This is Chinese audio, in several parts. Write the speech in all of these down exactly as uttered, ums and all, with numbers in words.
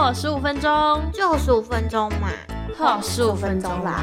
好十五分钟， 就十五分钟嘛， 好十五分钟啦。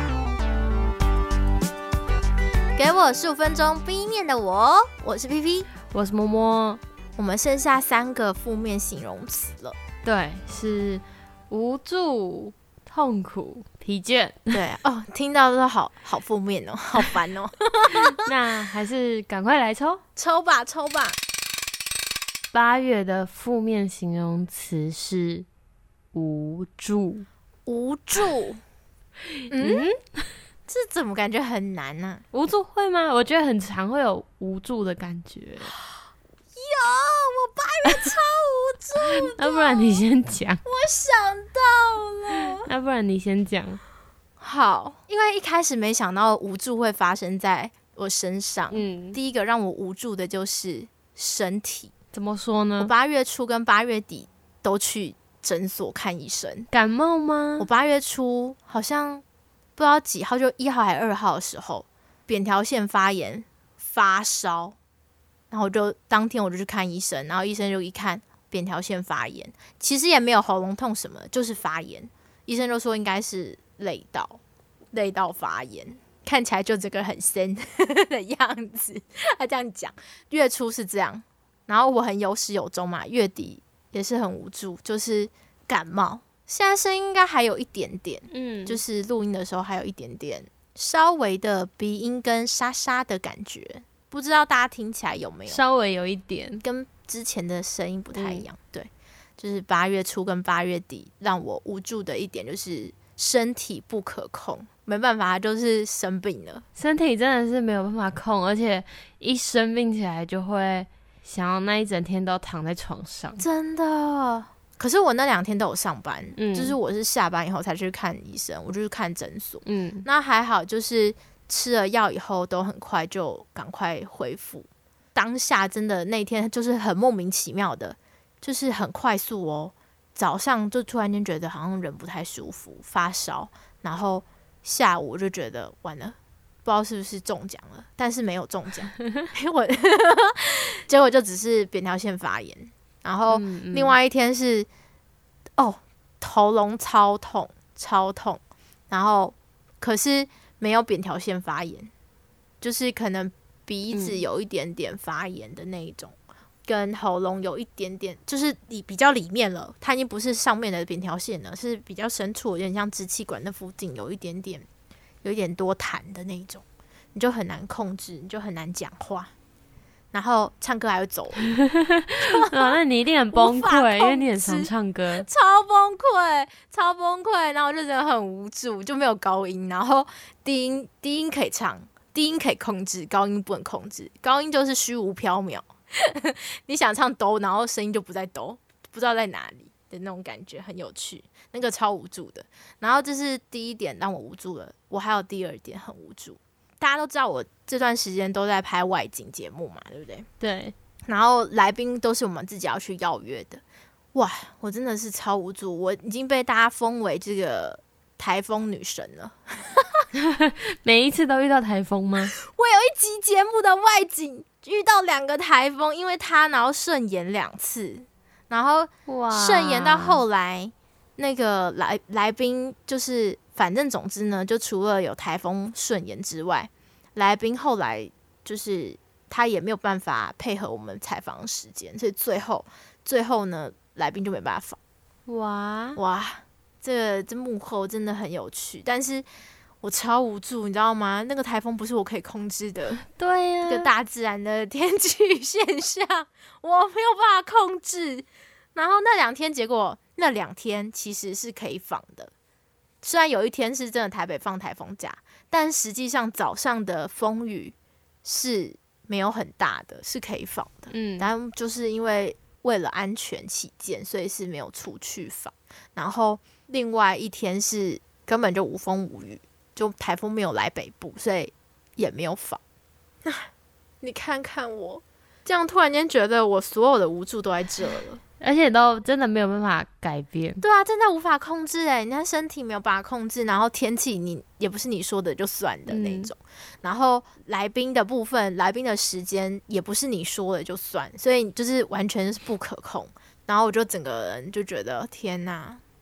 给我十五分钟 B 面的我，我是 P P， 我是摸摸。 我们剩下三个负面形容词了。 对，是无助、痛苦、疲倦。 对哦，听到都好好负面哦，好烦哦。 那还是赶快来抽， 抽吧，抽吧。 八月的负面形容词是无助。 无助，嗯，这怎么感觉很难呢、啊？ 无助会吗？我觉得很常会有无助的感觉。 有，我八月超无助的。 那不然你先讲。 我想到了。 那不然你先讲。 好，因为一开始没想到无助会发生在我身上。嗯，第一个让我无助的就是身体。 怎么说呢？ 我八月初跟八月底都去诊所看医生。 感冒吗？ 我八月初好像不知道几号，就一号还是二号的时候，扁桃腺发炎发烧，然后我就当天我就去看医生，然后医生就一看扁桃腺发炎，其实也没有喉咙痛什么，就是发炎。医生就说应该是累到累到发炎，看起来就这个很深的样子。他这样讲，月初是这样，然后我很有始有终嘛，月底也是很无助，就是感冒。现在声音应该还有一点点，嗯，就是录音的时候还有一点点稍微的鼻音跟沙沙的感觉，不知道大家听起来有没有？ 稍微有一点， 跟之前的声音不太一样。嗯、对，就是八月初跟八月底让我无助的一点就是身体不可控，没办法，就是生病了。 身体真的是没有办法控，而且一生病起来就会想要那一整天都躺在床上， 真的。可是我那两天都有上班，嗯，就是我是下班以后才去看医生，我就去看诊所，嗯，那还好，就是吃了药以后都很快就赶快恢复。当下真的那天就是很莫名其妙的，就是很快速哦，早上就突然間覺得好像人不太舒服，發燒，然後下午我就覺得完了，不知道是不是中獎了，但是沒有中獎，我結果就只是扁桃腺發炎，然後另外一天是、嗯嗯、哦喉嚨超痛超痛，然後可是沒有扁桃腺發炎，就是可能鼻子有一點點發炎的那一種。嗯跟喉嚨有一點點，就是你比較裡面了，它已經不是上面的扁桃腺了，是比較深處，有點像支氣管那附近有一點點，有一點多痰的那種，你就很難控制，你就很難講話，然後唱歌還會走哦，那你一定很崩潰，因為你很常唱歌， 超崩潰，超崩潰，然後我就真的很無助，就沒有高音，然後低音低音可以唱，低音可以控制，高音不能控制，高音就是虛無縹緲。你想唱哆，然后声音就不在哆，不知道在哪里的那种感觉，很有趣，那个超无助的。然后这是第一点让我无助了，我还有第二点很无助。大家都知道我这段时间都在拍外景节目嘛，对不对？ 对。 然后来宾都是我们自己要去邀约的，哇，我真的是超无助，我已经被大家封为这个台风女神了。 每一次都遇到台风吗？ 我有一集节目的外景遇到两个台风，因为他然后顺延两次，然后顺延到后来那个来来宾就是反正总之呢，就除了有台风顺延之外，来宾后来就是他也没有办法配合我们采访的时间，所以最后最后呢，来宾就没办法。 哇哇，这个这幕后真的很有趣，但是我超无助，你知道吗？那个台风不是我可以控制的， 对呀、啊， 这个大自然的天气现象，我没有办法控制。然后那两天，结果那两天其实是可以放的，虽然有一天是真的台北放台风假，但实际上早上的风雨是没有很大的，是可以放的。嗯，但就是因为为了安全起见，所以是没有出去放。然后另外一天是根本就无风无雨。就台风没有来北部，所以也没有放。你看看我，这样突然间觉得我所有的无助都在这了， 而且都真的没有办法改变。 对啊，真的无法控制哎、欸！你看身体没有办法控制，然后天气你也不是你说的就算的那种，嗯、然后来宾的部分，来宾的时间也不是你说的就算，所以就是完全是不可控。然后我就整个人就觉得天哪！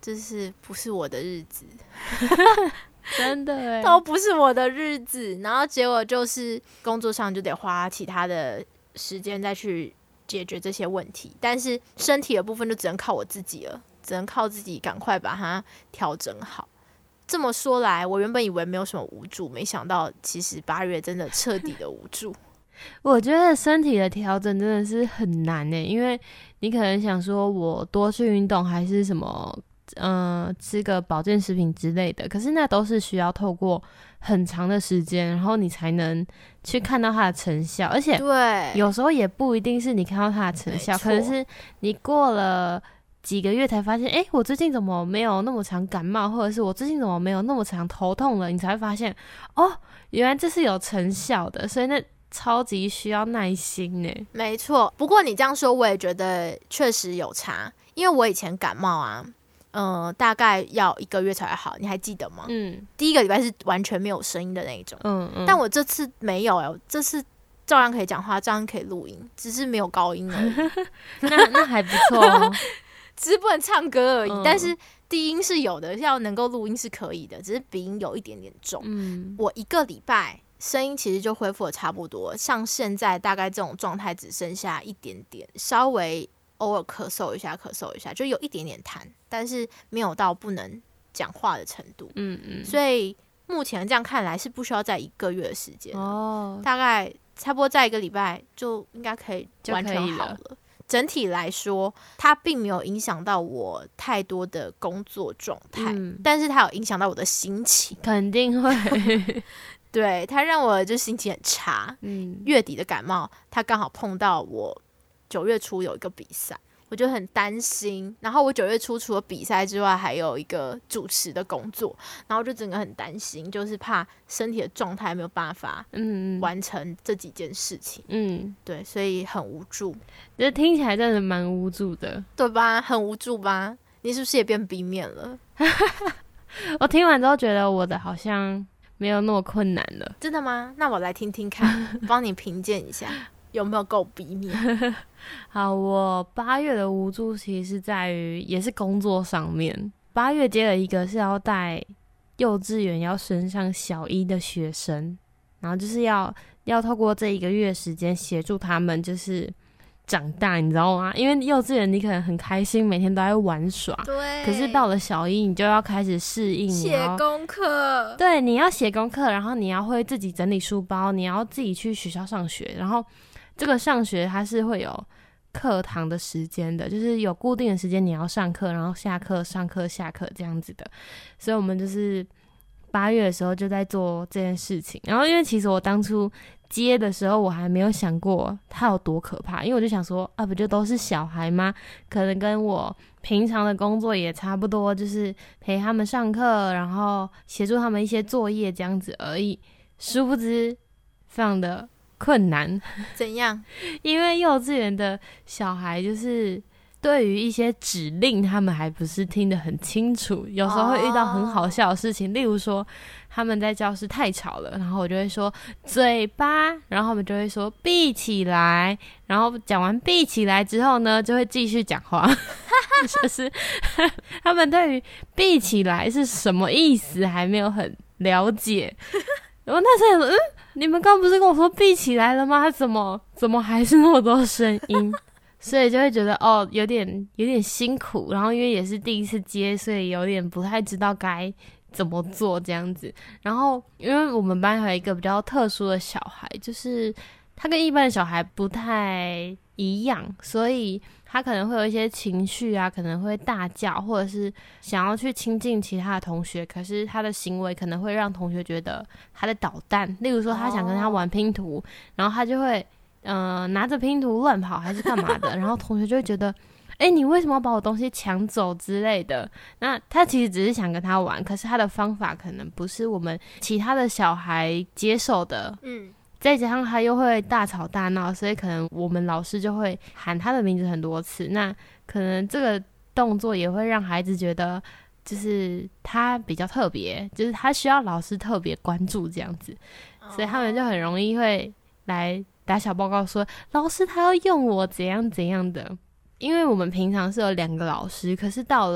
这是不是我的日子？ 真的耶， 都不是我的日子。然后结果就是工作上就得花其他的时间再去解决这些问题，但是身体的部分就只能靠我自己了，只能靠自己赶快把它调整好。这么说来，我原本以为没有什么无助，没想到其实八月真的彻底的无助。 我觉得身体的调整真的是很难耶，因为你可能想说我多去运动还是什么嗯、呃，吃个保健食品之类的，可是那都是需要透过很长的时间，然后你才能去看到它的成效，而且对， 有时候也不一定是你看到它的成效，可能是你过了几个月才发现，诶，我最近怎么没有那么常感冒，或者是我最近怎么没有那么常头痛了，你才会发现哦，原来这是有成效的，所以那超级需要耐心耶。 没错，不过你这样说我也觉得确实有差，因为我以前感冒啊呃，大概要一个月才会好，你还记得吗？嗯，第一个礼拜是完全没有声音的那一种，嗯嗯，但我这次没有哎、欸，这次照样可以讲话，照样可以录音，只是没有高音而已。 那那还不错哦， 只是不能唱歌而已。嗯、但是低音是有的，要能够录音是可以的，只是鼻音有一点点重。嗯，我一个礼拜声音其实就恢复的差不多，像现在大概这种状态只剩下一点点，稍微偶尔咳嗽一下，咳嗽一下，就有一点点痰，但是没有到不能讲话的程度。嗯嗯，所以目前这样看来是不需要在一个月的时间哦，大概差不多在一个礼拜就应该可以完全好 了, 了。整体来说，它并没有影响到我太多的工作状态、嗯，但是它有影响到我的心情， 肯定会。 对，它让我就心情很差。嗯，月底的感冒，它刚好碰到我九月初有一个比赛，我就很担心。然后我九月初除了比赛之外，还有一个主持的工作，然后就整个很担心，就是怕身体的状态没有办法嗯完成这几件事情。嗯，对，所以很无助。 这听起来真的蛮无助的， 对吧？很无助吧？你是不是也变 B 面了？ 我听完之后觉得我的好像没有那么困难了。 真的吗？那我来听听看，帮你评鉴一下有没有够逼面。 好，我八月的无助其实是在于也是工作上面。八月接了一个是要带幼稚园要升上小一的学生，然后就是要要透过这一个月时间协助他们就是长大，你知道吗？因为幼稚园你可能很开心，每天都在玩耍， 对。 可是到了小一，你就要开始适应， 写功课。 对，你要写功课，然后你要会自己整理书包，你要自己去学校上学，然后这个上学它是会有课堂的时间的，就是有固定的时间你要上课，然后下课上课下课这样子的。所以我们就是八月的时候就在做这件事情。然后因为其实我当初接的时候我还没有想过它有多可怕，因为我就想说啊，不就都是小孩吗？可能跟我平常的工作也差不多，就是陪他们上课，然后协助他们一些作业这样子而已。殊不知非常的困难。 怎样？ 因为幼稚园的小孩就是对于一些指令他们还不是听得很清楚，有时候会遇到很好笑的事情、oh. 例如说他们在教室太吵了，然后我就会说嘴巴，然后他们就会说闭起来，然后讲完闭起来之后呢就会继续讲话就是他们对于闭起来是什么意思还没有很了解。然后那时候嗯，你们刚不是跟我说闭起来了吗？怎么怎么还是那么多声音？所以就会觉得哦，有点有点辛苦。然后因为也是第一次接，所以有点不太知道该怎么做这样子。然后因为我们班还有一个比较特殊的小孩，就是他跟一般的小孩不太一样，所以他可能会有一些情绪啊，可能会大叫，或者是想要去亲近其他的同学，可是他的行为可能会让同学觉得他在捣蛋。例如说他想跟他玩拼图、oh. 然后他就会呃拿着拼图乱跑还是干嘛的然后同学就会觉得哎、欸，你为什么要把我东西抢走之类的。那他其实只是想跟他玩，可是他的方法可能不是我们其他的小孩接受的。嗯，再加上他又会大吵大闹，所以可能我们老师就会喊他的名字很多次，那可能这个动作也会让孩子觉得就是他比较特别，就是他需要老师特别关注这样子，所以他们就很容易会来打小报告说老师他要用我怎样怎样的。因为我们平常是有两个老师，可是到了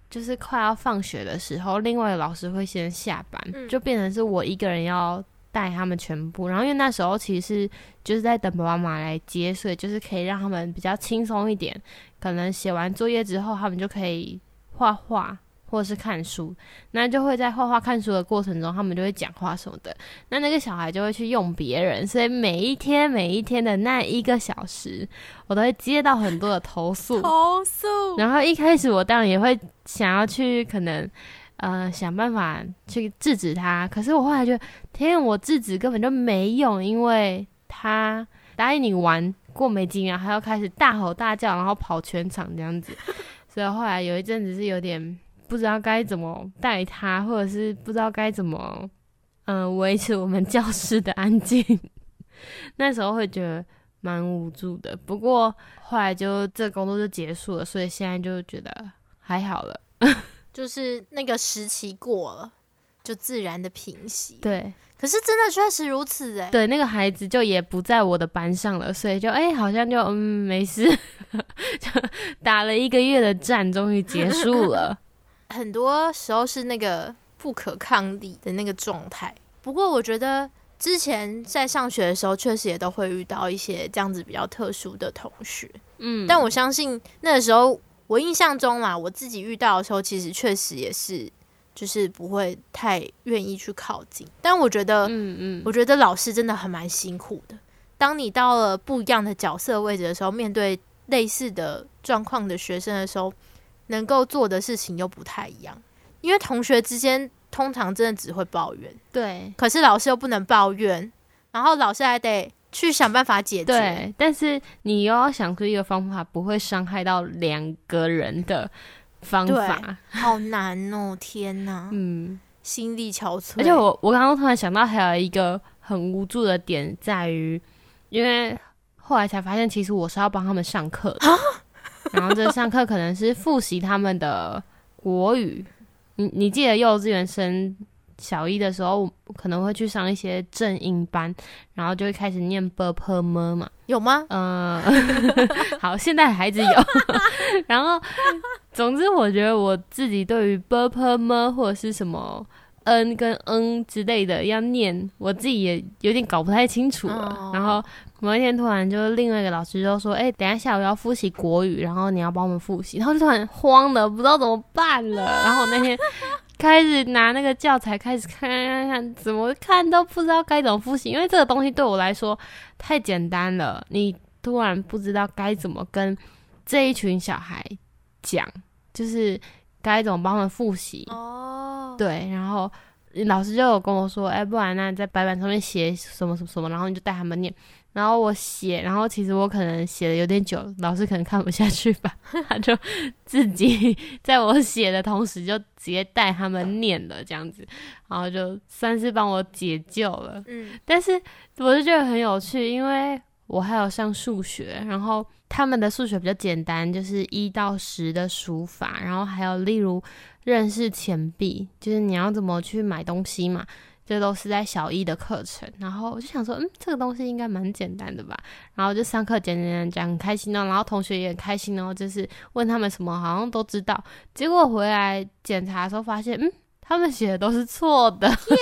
就是快要放学的时候，另外一个老师会先下班，嗯、就变成是我一个人要带他们全部。然后因为那时候其实是就是在等爸爸妈妈来接，所以就是可以让他们比较轻松一点。可能写完作业之后，他们就可以画画或者是看书。那就会在画画看书的过程中，他们就会讲话什么的。那那个小孩就会去用别人，所以每一天每一天的那一个小时，我都会接到很多的投诉。 投诉。 然后一开始我当然也会想要去可能呃想办法去制止他，可是我后来觉得，天，我制止根本就没用，因为他答应你玩过没几秒，还要开始大吼大叫，然后跑全场这样子。所以后来有一阵子是有点不知道该怎么带他，或者是不知道该怎么嗯维持我们教室的安静。那时候会觉得蛮无助的，不过后来就这工作就结束了，所以现在就觉得还好了。 就是那个时期过了，就自然的平息。 对， 可是真的确实如此哎、欸。 对，那个孩子就也不在我的班上了，所以就哎、欸，好像就嗯没事，就打了一个月的战，终于结束了。 很多时候是那个不可抗力的那个状态。不过我觉得之前在上学的时候，确实也都会遇到一些这样子比较特殊的同学。嗯，但我相信那个时候。我印象中啦，我自己遇到的时候，其实确实也是，就是不会太愿意去靠近。但我觉得，嗯嗯，我觉得老师真的很蛮辛苦的。当你到了不一样的角色位置的时候，面对类似的状况的学生的时候，能够做的事情又不太一样。因为同学之间通常真的只会抱怨， 对， 可是老师又不能抱怨，然后老师还得去想办法解决。 对，但是你又要想出一个方法不会伤害到两个人的方法， 好难哦！天哪，嗯，心力憔悴。 而且我我刚刚突然想到，还有一个很无助的点在于，因为后来才发现，其实我是要帮他们上课的，然后这上课可能是复习他们的国语。你你记得幼稚园升小一的时候，可能会去上一些正音班，然后就会开始念 b p m 嘛， 有吗？ 嗯、呃，好，现在孩子有。然后，总之，我觉得我自己对于 b p m 或者是什么 n 跟 n 之类的要念，我自己也有点搞不太清楚了。哦、然后某一天突然就另外一个老师就说：“哎、欸，等一下下午要复习国语，然后你要帮我们复习。”然后就突然慌了，不知道怎么办了。然后我那天。开始拿那个教材开始看看看，怎么看都不知道该怎么复习，因为这个东西对我来说太简单了。你突然不知道该怎么跟这一群小孩讲，就是该怎么帮他们复习。哦，对，然后老师就有跟我说，哎、欸，不然那在白板上面写什么什么什么，然后你就带他们念。然后我写，然后其实我可能写的有点久，老师可能看不下去吧，他就自己在我写的同时就直接带他们念了这样子，然后就算是帮我解救了。嗯，但是我就觉得很有趣，因为我还有上数学，然后他们的数学比较简单，就是一到十的数法，然后还有例如认识钱币，就是你要怎么去买东西嘛。这都是在小一的课程，然后我就想说，嗯，这个东西应该蛮简单的吧。然后就上课讲讲讲，很开心哦。然后同学也很开心哦，就是问他们什么，好像都知道。结果回来检查的时候发现，嗯，他们写的都是错的。 天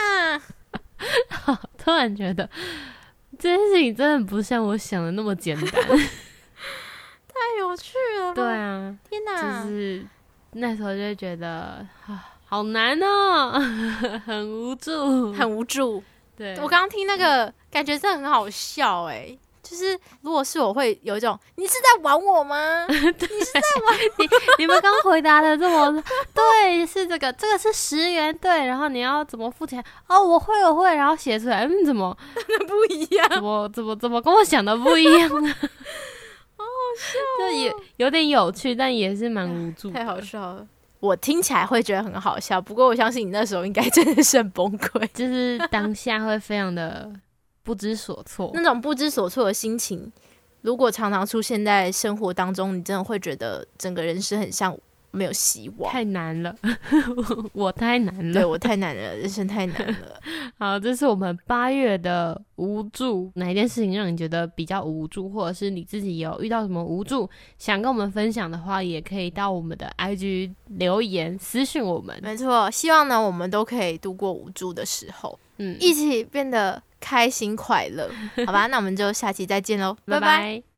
哪！ 突然觉得这件事情真的不像我想的那么简单， 太有趣了吧。 对啊， 天哪！ 就是那时候就会觉得啊。好难哦，很无助， 很无助。 对， 我刚刚听那个，感觉真的很好笑哎、欸。就是如果是我会有一种，你是在玩我吗？你是在玩你？你们刚回答的这么对，是这个，这个是十元对，然后你要怎么付钱？哦，我会，我会，然后写出来，嗯，怎么不一样？ 怎么怎么怎么跟我想的不一样呢？ 好好笑、哦， 就也有点有趣，但也是蛮无助的， 太好笑了。我听起来会觉得很好笑，不过我相信你那时候应该真的是很崩溃， 就是当下会非常的不知所措。 那种不知所措的心情，如果常常出现在生活当中，你真的会觉得整个人生很像没有希望， 太难了我太难了， 对，我太难了，人生太难了好，这是我们八月的无助，哪一件事情让你觉得比较无助，或者是你自己有遇到什么无助想跟我们分享的话，也可以到我们的 I G 留言私讯我们。 没错，希望呢我们都可以度过无助的时候，嗯，一起变得开心快乐好吧，那我们就下期再见咯拜拜。